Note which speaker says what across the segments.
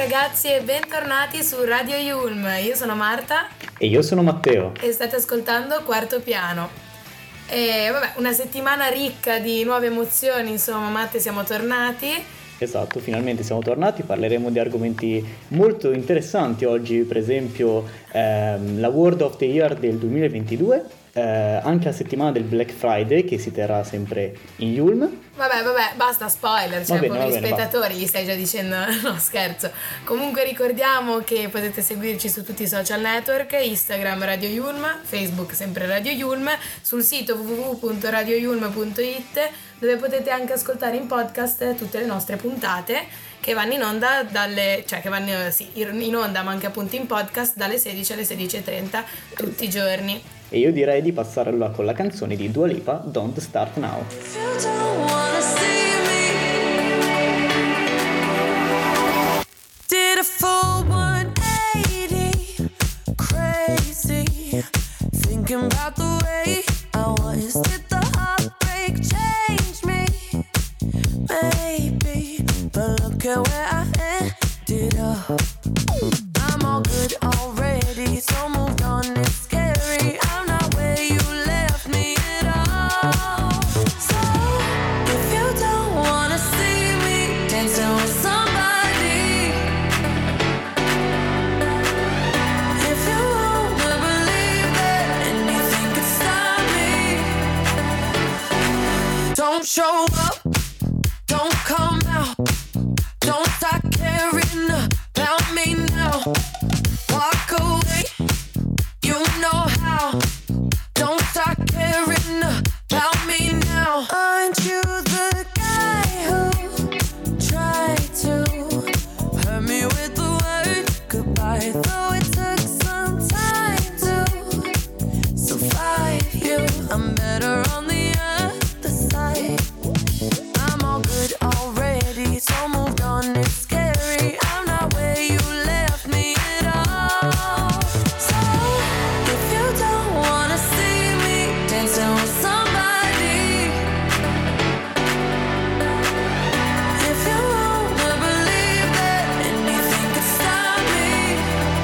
Speaker 1: ragazzi e bentornati su Radio Yulm. Io sono Marta
Speaker 2: e io sono Matteo
Speaker 1: e state ascoltando Quarto Piano. E vabbè, una settimana ricca di nuove emozioni, insomma. Matte, siamo tornati.
Speaker 2: Esatto, finalmente siamo tornati, parleremo di argomenti molto interessanti oggi, per esempio la Word of the Year del 2022, anche la settimana del Black Friday che si terrà sempre in Yulm.
Speaker 1: Vabbè, basta spoiler, cioè poveri spettatori, gli stai già dicendo, no scherzo. Comunque ricordiamo che potete seguirci su tutti i social network, Instagram Radio Yulm, Facebook sempre Radio Yulm, sul sito www.radioyulm.it, dove potete anche ascoltare in podcast tutte le nostre puntate che vanno in onda in onda, ma anche appunto in podcast dalle 16 alle 16:30 tutti i giorni.
Speaker 2: E io direi di passare allora con la canzone di Dua Lipa, Don't Start Now.
Speaker 3: Did a full 180, crazy, thinking about the way I was. Did the heartbreak change me? Maybe, but look at where I ended up. I'm all good already, so moved on, it's scary. I'm not where you left me at all. So, if you don't wanna see me dancing with somebody, if you wanna believe that anything could stop me, don't show up, don't come out, don't start caring about me now. Walk away, you know how. Don't start caring about me now. Aren't you the guy who tried to hurt me with the word goodbye? Though it took some time to survive you, I'm better on the other side. I'm all good already, so moved on, it's scary. I'm not where you left me at all. So, if you don't wanna see me dancing with somebody, if you wanna believe that anything could stop me,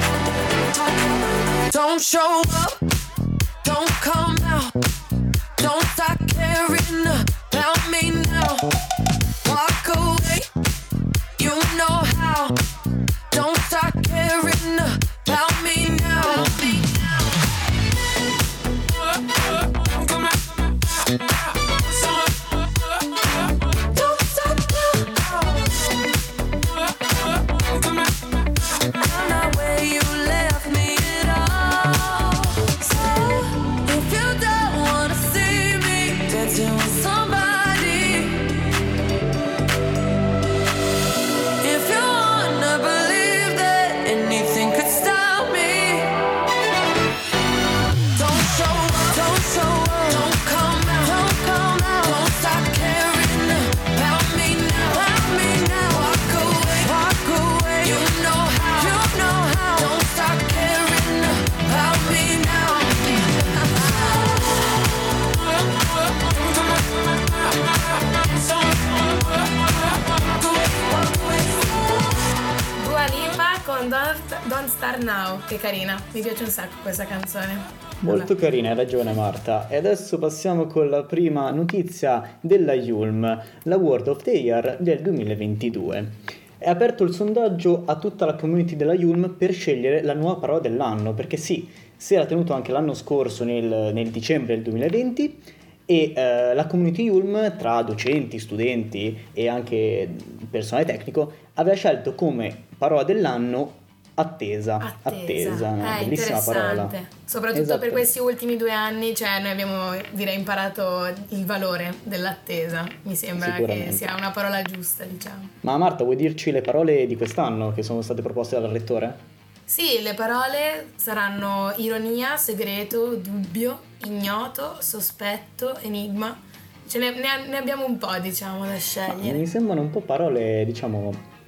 Speaker 3: don't show up, don't come out, don't start caring about me now. Walk away, you know how. Don't start caring about me now. Don't stop now. I'm not where you left me at all. So, if you don't wanna see me dancing with somebody, if you wanna believe that anything could stop me, don't show up, don't come out, don't start caring about me now, walk away, you know how, don't start caring about me now.
Speaker 1: Dua Lipa con Don't Start Now, che carina, mi piace un sacco questa canzone.
Speaker 2: Molto carina, hai ragione Marta. E adesso passiamo con la prima notizia della Yulm, la Word of the Year del 2022. È aperto il sondaggio a tutta la community della Yulm per scegliere la nuova parola dell'anno, perché sì, si era tenuto anche l'anno scorso nel dicembre del 2020 e la community Yulm, tra docenti, studenti e anche personale tecnico, aveva scelto come parola dell'anno attesa, una bellissima parola.
Speaker 1: Soprattutto
Speaker 2: Esatto.
Speaker 1: per questi ultimi 2 anni, cioè noi abbiamo direi imparato il valore dell'attesa, mi sembra che sia una parola giusta, diciamo.
Speaker 2: Ma Marta, vuoi dirci le parole di quest'anno che sono state proposte dal rettore?
Speaker 1: Sì, le parole saranno ironia, segreto, dubbio, ignoto, sospetto, enigma. Ne abbiamo un po', diciamo, da scegliere.
Speaker 2: Mi sembrano un po' parole, diciamo,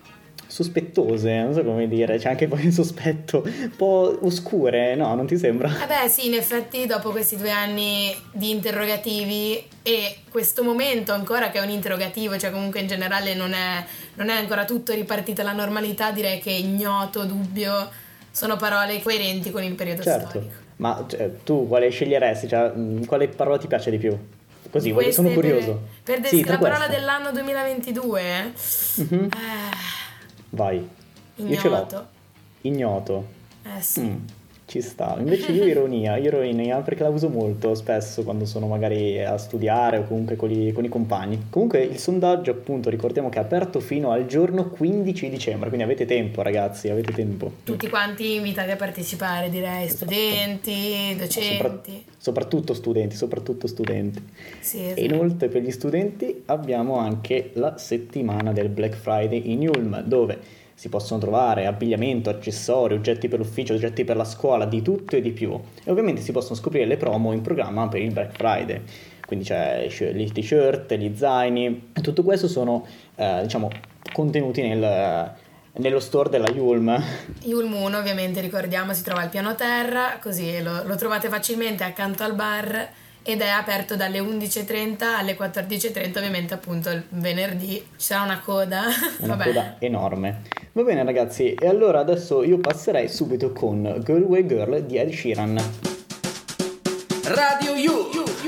Speaker 2: sospettose, non so come dire, c'è anche poi un sospetto, un po' oscure, no? Non ti sembra?
Speaker 1: Beh sì, in effetti dopo questi 2 anni di interrogativi e questo momento ancora che è un interrogativo, cioè comunque in generale non è ancora tutto ripartito alla normalità, direi che ignoto, dubbio sono parole coerenti con il periodo storico.
Speaker 2: Ma tu quale sceglieresti? Cioè, quale parola ti piace di più? Così, sono curioso.
Speaker 1: Per la parola dell'anno 2022?
Speaker 2: Mm-hmm. Vai.
Speaker 1: Ignoto.
Speaker 2: Io ce l'ho. Ignoto.
Speaker 1: Sì.
Speaker 2: Ci sta. Invece io ironia perché la uso molto spesso quando sono magari a studiare o comunque con i compagni. Comunque il sondaggio, appunto, ricordiamo che è aperto fino al giorno 15 dicembre, quindi avete tempo, ragazzi, avete tempo.
Speaker 1: Tutti quanti invitati a partecipare, direi, studenti, docenti.
Speaker 2: Soprattutto studenti.
Speaker 1: Sì, esatto.
Speaker 2: E inoltre per gli studenti abbiamo anche la settimana del Black Friday in Ulm, dove si possono trovare abbigliamento, accessori, oggetti per l'ufficio, oggetti per la scuola, di tutto e di più. E ovviamente si possono scoprire le promo in programma per il Black Friday. Quindi c'è gli t-shirt, gli zaini, e tutto questo sono contenuti nello store della Ulm.
Speaker 1: Ulm 1 ovviamente, ricordiamo, si trova al piano terra, così lo trovate facilmente accanto al bar ed è aperto dalle 11.30 alle 14.30, ovviamente appunto il venerdì ci sarà una coda.
Speaker 2: Coda enorme. Va bene ragazzi, e allora adesso io passerei subito con Girl Way Girl di Ed Sheeran.
Speaker 3: Radio U.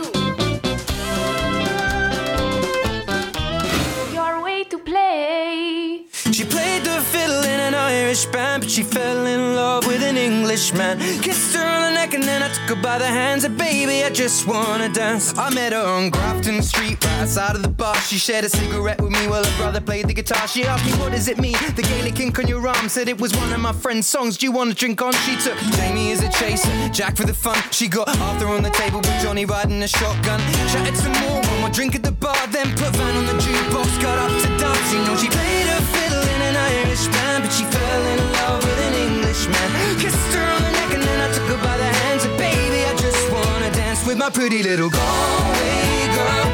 Speaker 4: Your way to play.
Speaker 3: She played the fiddle in an Irish band, but she fell in love with an Englishman. Kissed her on the neck and then I took her by the hands. And baby, I just wanna dance. I met her on Grafton Street, right outside of the bar. She shared a cigarette with me while her brother played the guitar. She asked me, what does it mean? The Gaelic ink on your arm. Said it was one of my friend's songs. Do you want to drink on? She took Jamie as a chaser, Jack for the fun. She got Arthur on the table with Johnny riding a shotgun. Chatted some more, one more drink at the bar. Then put Van on the jukebox, got up to dance. You know she played her fiddle in an Irish band, but she fell in love with an Englishman. Kissed her on the neck and then I took her by the hands. And baby, I just wanna dance with my pretty little Galway girl.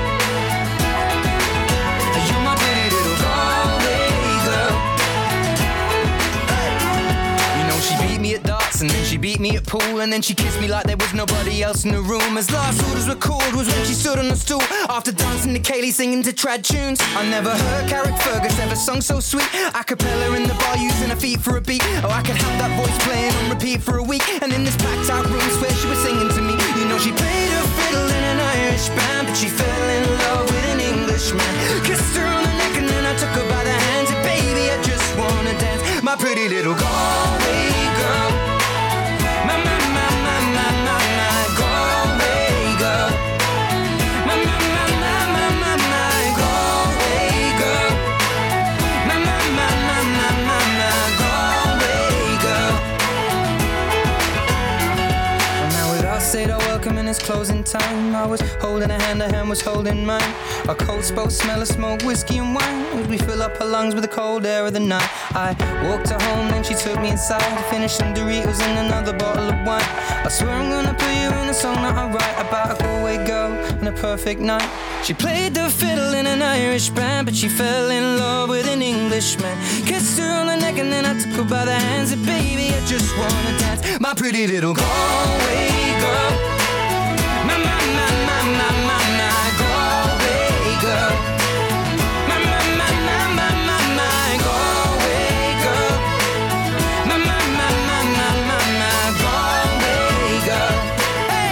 Speaker 3: You're my pretty little Galway girl. You know she beat me at darts and then she beat me at pool, and then she kissed me like there was nobody else in the room. As last orders were called was when she stood on the stool after dancing to Kaylee singing to trad tunes. I never heard Carrick Fergus ever sung so sweet. A cappella in the bar using her feet for a beat. Oh, I could have that voice playing on repeat for a week. And in this packed out room where she was singing to me. You know she played her fiddle in an Irish band, but she fell in love with an Englishman. Kissed her on the neck and then I took her by the hands. And baby, I just wanna dance, my pretty little Galway girl. My Galway girl. My Galway girl. My Galway girl. Well, now we'd all said our welcome and it's closing time. I was holding her hand was holding mine. Our coats both smell of smoke, whiskey and wine, as we fill up her lungs with the cold air of the night. I walked her home, then she took me inside to finish some Doritos and another bottle of wine. I swear I'm gonna put you in a song that I write about a Galway girl and a perfect night. She played the fiddle in an Irish band, but she fell in love with an Englishman. Kissed her on the neck and then I took her by the hands. And baby, I just wanna dance, my pretty little Galway girl. My Galway girl. My Galway girl. My Galway girl. Hey!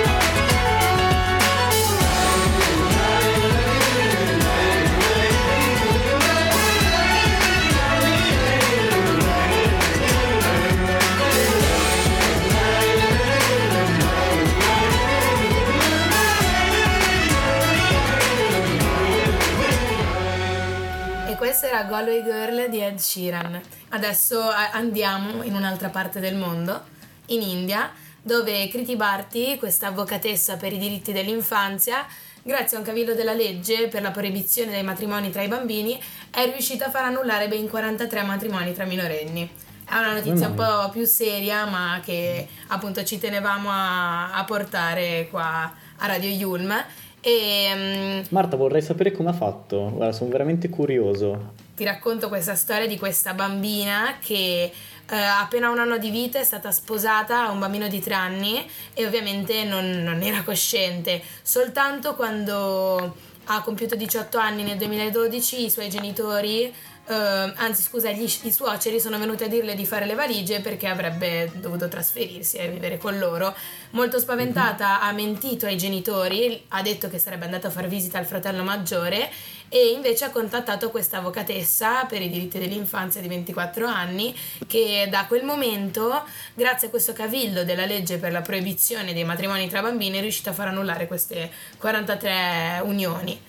Speaker 1: Questa era Galway Girl di Ed Sheeran. Adesso andiamo in un'altra parte del mondo, in India, dove Kriti Bharti, questa avvocatessa per i diritti dell'infanzia, grazie a un cavillo della legge per la proibizione dei matrimoni tra i bambini, è riuscita a far annullare ben 43 matrimoni tra minorenni. È una notizia un po' più seria, ma che appunto ci tenevamo a portare qua a Radio Ulm.
Speaker 2: Marta, vorrei sapere come ha fatto. Guarda, sono veramente curioso.
Speaker 1: ti racconto questa storia di questa bambina che appena 1 anno di vita è stata sposata a un bambino di 3 anni e ovviamente non era cosciente. Soltanto quando ha compiuto 18 anni nel 2012 i suoi genitori, i suoceri sono venuti a dirle di fare le valigie perché avrebbe dovuto trasferirsi e vivere con loro. Molto spaventata ha mentito ai genitori, ha detto che sarebbe andata a far visita al fratello maggiore e invece ha contattato questa avvocatessa per i diritti dell'infanzia di 24 anni che da quel momento, grazie a questo cavildo della legge per la proibizione dei matrimoni tra bambini, è riuscita a far annullare queste 43 unioni.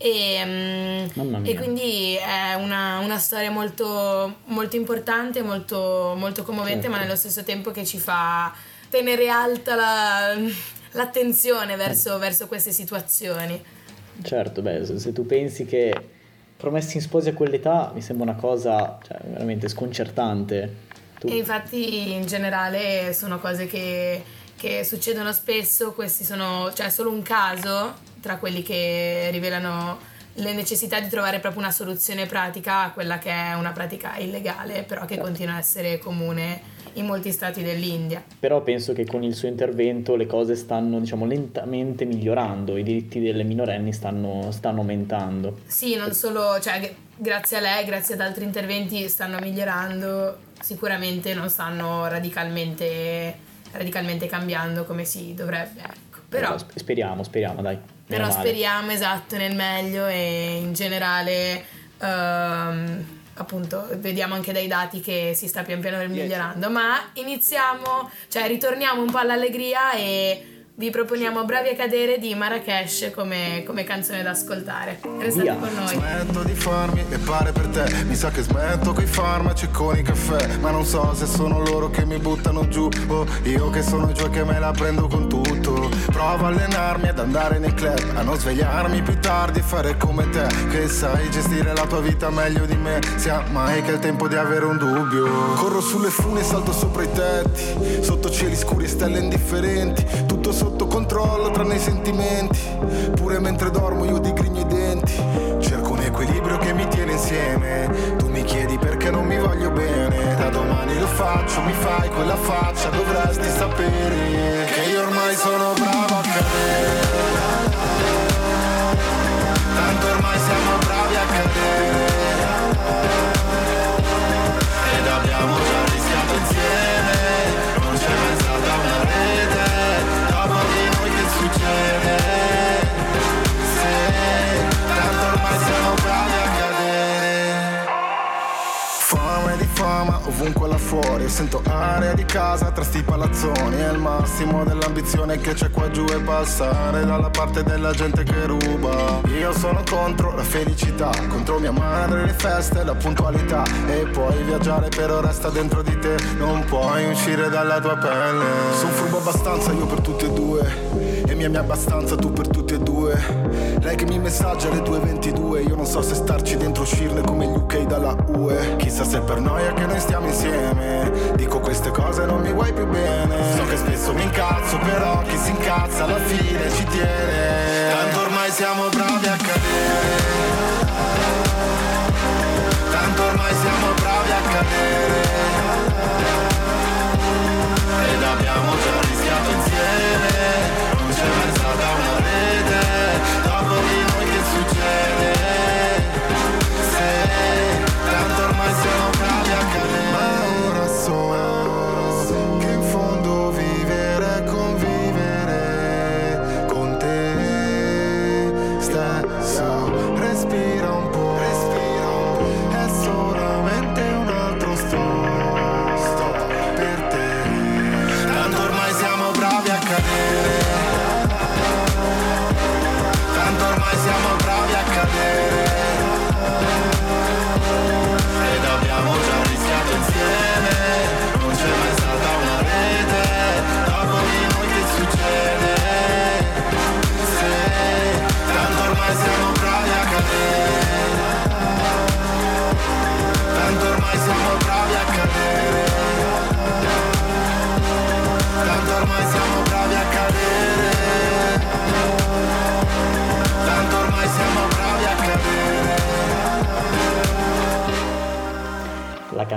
Speaker 1: E quindi è una storia molto, molto importante, molto, molto commovente, certo. Ma nello stesso tempo che ci fa tenere alta l'attenzione verso queste situazioni.
Speaker 2: Certo, se tu pensi che promessi in sposi a quell'età mi sembra una cosa veramente sconcertante.
Speaker 1: E infatti in generale sono cose che succedono spesso, questi sono solo un caso tra quelli che rivelano le necessità di trovare proprio una soluzione pratica a quella che è una pratica illegale, però che continua a essere comune in molti stati dell'India.
Speaker 2: Però penso che con il suo intervento le cose stanno lentamente migliorando, i diritti delle minorenni stanno aumentando.
Speaker 1: Sì, non solo, grazie a lei, grazie ad altri interventi stanno migliorando, sicuramente non stanno radicalmente cambiando come si dovrebbe, ecco. Però
Speaker 2: speriamo, dai.
Speaker 1: Però speriamo, esatto, nel meglio e in generale appunto vediamo anche dai dati che si sta pian piano migliorando, ma ritorniamo un po' all'allegria e vi proponiamo Bravi a cadere di Marrakesh come canzone da ascoltare. Restate con noi.
Speaker 5: Smetto di farmi le pare per te, mi sa che smetto coi farmaci e con i caffè, ma non so se sono loro che mi buttano giù o io che sono giù e che me la prendo con tutto. Provo a allenarmi ad andare nei club, a non svegliarmi più tardi e fare come te, che sai gestire la tua vita meglio di me, sia mai che è il tempo di avere un dubbio. Corro sulle fune e salto sopra i tetti, sotto cieli scuri e stelle indifferenti, tutto sotto controllo tranne i sentimenti, pure mentre dormo io digrigno i denti, cerco un equilibrio che mi tiene insieme, tu mi chiedi perché non mi voglio bene, da domani lo faccio, mi fai quella faccia, dovresti sapere che io ormai sono bravo a cadere, tanto ormai siamo bravi a cadere, ed abbiamo già rischiato insieme, non c'è mai stata una rete, succede, se tanto ormai siamo bravi a cadere. Fame di fama ovunque là fuori, sento aria di casa tra sti palazzoni, è il massimo dell'ambizione che c'è qua giù e passare dalla parte della gente che ruba. Io sono contro la felicità, contro mia madre, le feste, la puntualità, e puoi viaggiare però resta dentro di te, non puoi uscire dalla tua pelle. Sono furbo abbastanza io per tutti e due, e mi ami abbastanza tu per tutti e due. Lei che mi messaggia alle 2:22, io non so se starci dentro, uscirne come gli UK dalla UE. Chissà se per noia che noi stiamo insieme, dico queste cose non mi vuoi più bene. So che spesso mi incazzo, però chi si incazza alla fine ci tiene, tanto ormai siamo bravi a cadere, tanto ormai siamo bravi a cadere, ed abbiamo già rischiato insieme, non c'è mai stata una rete, dopo di noi che succede, se tanto ormai siamo bravi a cadere. Ma ora so che in fondo vivere e convivere con te stesso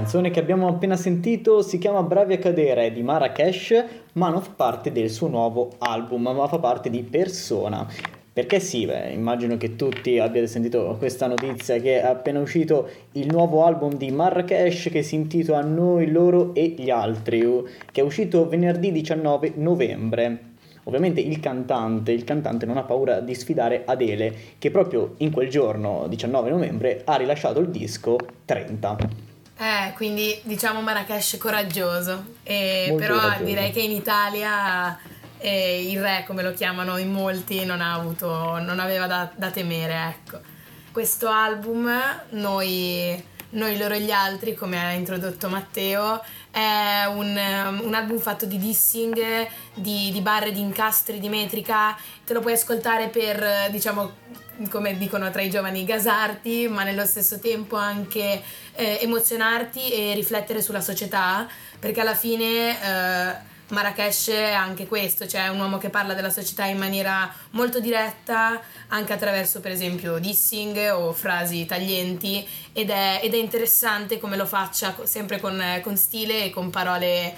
Speaker 2: canzone che abbiamo appena sentito si chiama Bravi a cadere, di Marracash, ma non fa parte del suo nuovo album, ma fa parte di Persona. Perché sì, immagino che tutti abbiate sentito questa notizia che è appena uscito il nuovo album di Marracash che si intitola Noi, loro e gli altri, che è uscito venerdì 19 novembre. Ovviamente il cantante non ha paura di sfidare Adele, che proprio in quel giorno, 19 novembre, ha rilasciato il disco 30.
Speaker 1: Quindi diciamo Marracash coraggioso, però
Speaker 2: coraggioso.
Speaker 1: Direi che in Italia il re, come lo chiamano in molti, non aveva da temere, ecco. Questo album, Noi, loro e gli altri, come ha introdotto Matteo, è un album fatto di dissing, di barre, di incastri, di metrica. Te lo puoi ascoltare per, diciamo, come dicono tra i giovani, gasarti, ma nello stesso tempo anche emozionarti e riflettere sulla società, perché alla fine Marracash è anche questo, cioè è un uomo che parla della società in maniera molto diretta, anche attraverso per esempio dissing o frasi taglienti, ed è interessante come lo faccia, sempre con stile e con parole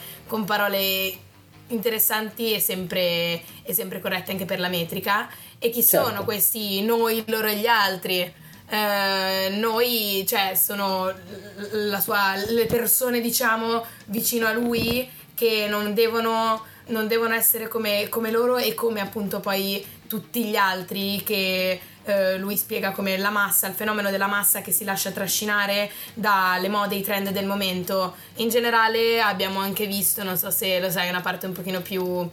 Speaker 1: interessanti e sempre corrette anche per la metrica. E chi sono questi noi, loro e gli altri? Noi, cioè sono le persone, diciamo, vicino a lui, che non devono essere come loro e come appunto poi tutti gli altri, che lui spiega come la massa, il fenomeno della massa che si lascia trascinare dalle mode, i trend del momento. In generale abbiamo anche visto, non so se lo sai, una parte un pochino più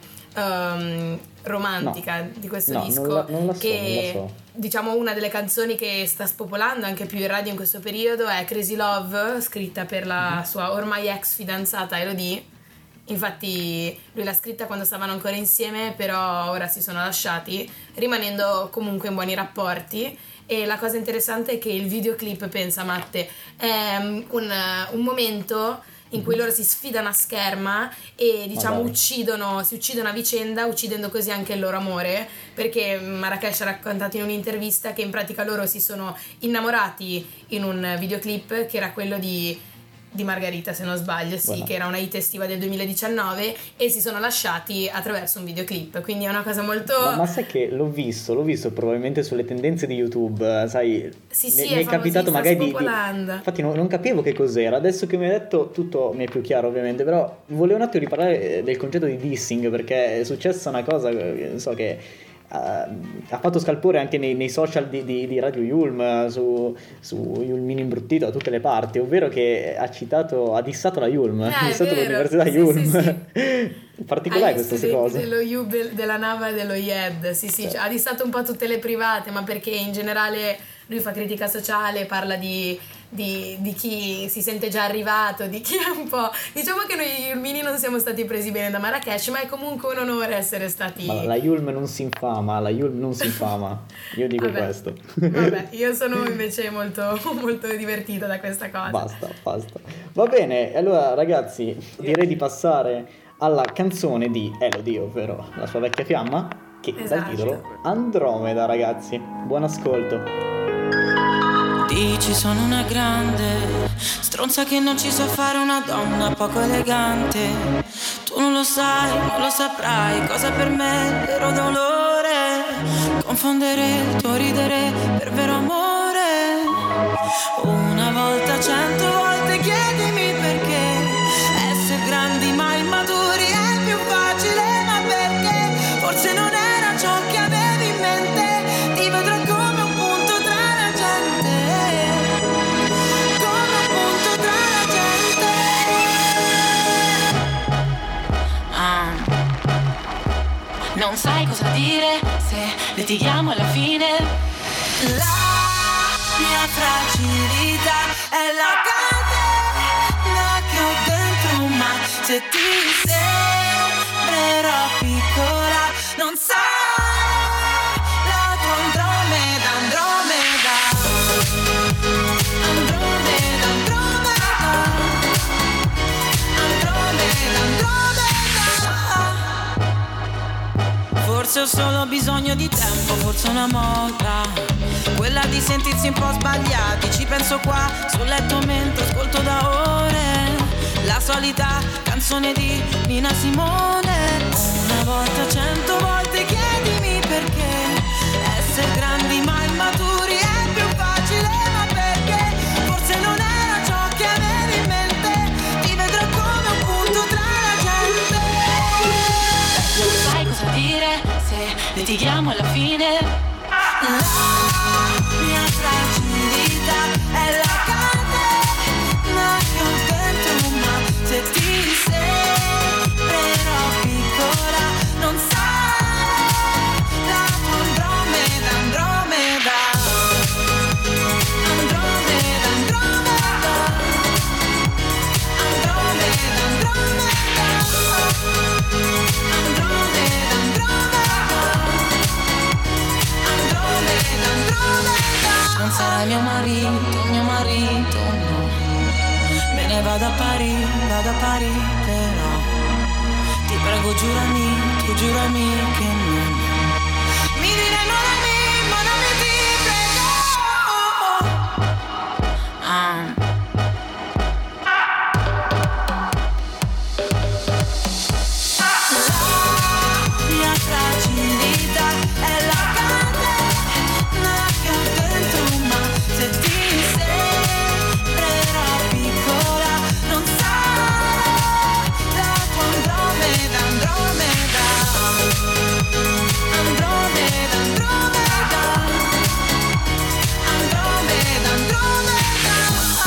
Speaker 1: romantica di questo disco,
Speaker 2: non la so.
Speaker 1: Diciamo una delle canzoni che sta spopolando anche più in radio in questo periodo è Crazy Love, scritta per la sua ormai ex fidanzata Elodie. Infatti lui l'ha scritta quando stavano ancora insieme, però ora si sono lasciati, rimanendo comunque in buoni rapporti. E la cosa interessante è che il videoclip, pensa Matte, è un momento in cui loro si sfidano a scherma e diciamo si uccidono a vicenda, uccidendo così anche il loro amore, perché Marracash ha raccontato in un'intervista che in pratica loro si sono innamorati in un videoclip che era quello di Margarita, se non sbaglio, che era una hit estiva del 2019, e si sono lasciati attraverso un videoclip, quindi è una cosa molto...
Speaker 2: Ma sai che l'ho visto probabilmente sulle tendenze di YouTube, sai, mi è capitato magari di infatti non capivo che cos'era, adesso che mi hai detto tutto mi è più chiaro ovviamente, però volevo un attimo riparlare del concetto di dissing, perché è successa una cosa, so che ha fatto scalpore anche nei social di Radio Yulm, su Yulmino Imbruttito, da tutte le parti, ovvero che ha dissato la Yulm, ha dissato l'università Yulm. Particolare queste cose
Speaker 1: dello Yub, della Nava e dello IED, certo. Ha dissato un po' tutte le private, ma perché in generale lui fa critica sociale, parla di chi si sente già arrivato, di chi è un po'... Diciamo che noi Yulmini non siamo stati presi bene da Marracash, ma è comunque un onore essere stati... Ma
Speaker 2: la Yulm non si infama, io dico questo.
Speaker 1: Vabbè, io sono invece molto, molto divertita da questa cosa.
Speaker 2: Basta. Va bene, allora ragazzi, direi di passare alla canzone di Elodie, ovvero la sua vecchia fiamma, che dà il titolo Andromeda, ragazzi. Buon ascolto.
Speaker 3: Dici sono una grande stronza che non ci sa fare una donna poco elegante. Tu non lo sai, non lo saprai cosa per me è vero dolore. Confondere il tuo ridere per vero amore. Una volta, 100 volte chiedimi perché essere grandi ma immaturi è più facile, ma perché forse non era ciò che avevi in mente. Ti vedrò come un punto tra la gente, come un punto tra la gente. Non sai cosa dire se litighiamo alla fine. La mia fragilità è la catena che ho dentro, ma se ti sembrerò piccola non sai la tua Andromeda, Andromeda, Andromeda, Andromeda, Andromeda. Forse ho solo bisogno di tempo, forse una moda,
Speaker 6: quella di sentirsi un po' sbagliati. Ci penso qua sul letto mentre ascolto da ore la solita canzone di Nina Simone. Una volta, 100 volte chiedimi perché essere grandi ma immaturi è più facile, ma perché forse non era ciò che avevi in mente. Ti vedrò come un punto tra la gente. Non sai cosa dire se litighiamo alla fine. La mia fragilità è la catena che ho dentro, ma se ti sembrerò piccola non sarò la tua Andromeda, Andromeda. Andromeda, Andromeda. Andromeda, Andromeda. Andromeda, Andromeda. Non sarai mio marito, no. Me ne vado a Parigi, però ti prego giurami che non mi dire non ti prego. La mia fragilità è la catena che ho dentro, ma se ti sembrerò piccola non sarò la tua Andromeda, Andromeda. Andromeda, Andromeda. Andromeda, Andromeda.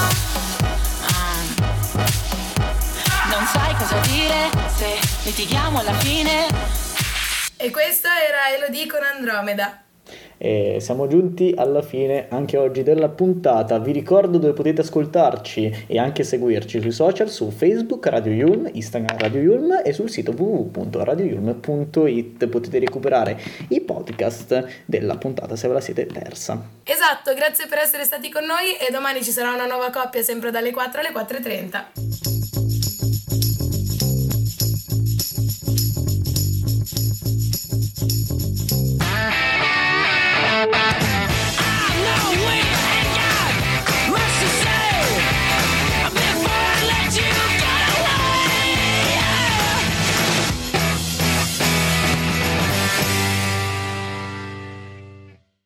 Speaker 6: Non sai cosa dire se litighiamo alla fine.
Speaker 1: E questo era Elodie con Andromeda.
Speaker 2: E siamo giunti alla fine anche oggi della puntata. Vi ricordo dove potete ascoltarci e anche seguirci sui social, su Facebook Radio Yulm, Instagram Radio Yulm e sul sito www.radioyulm.it. Potete recuperare i podcast della puntata se ve la siete persa.
Speaker 1: Esatto, grazie per essere stati con noi e domani ci sarà una nuova coppia sempre dalle 4 alle 4:30.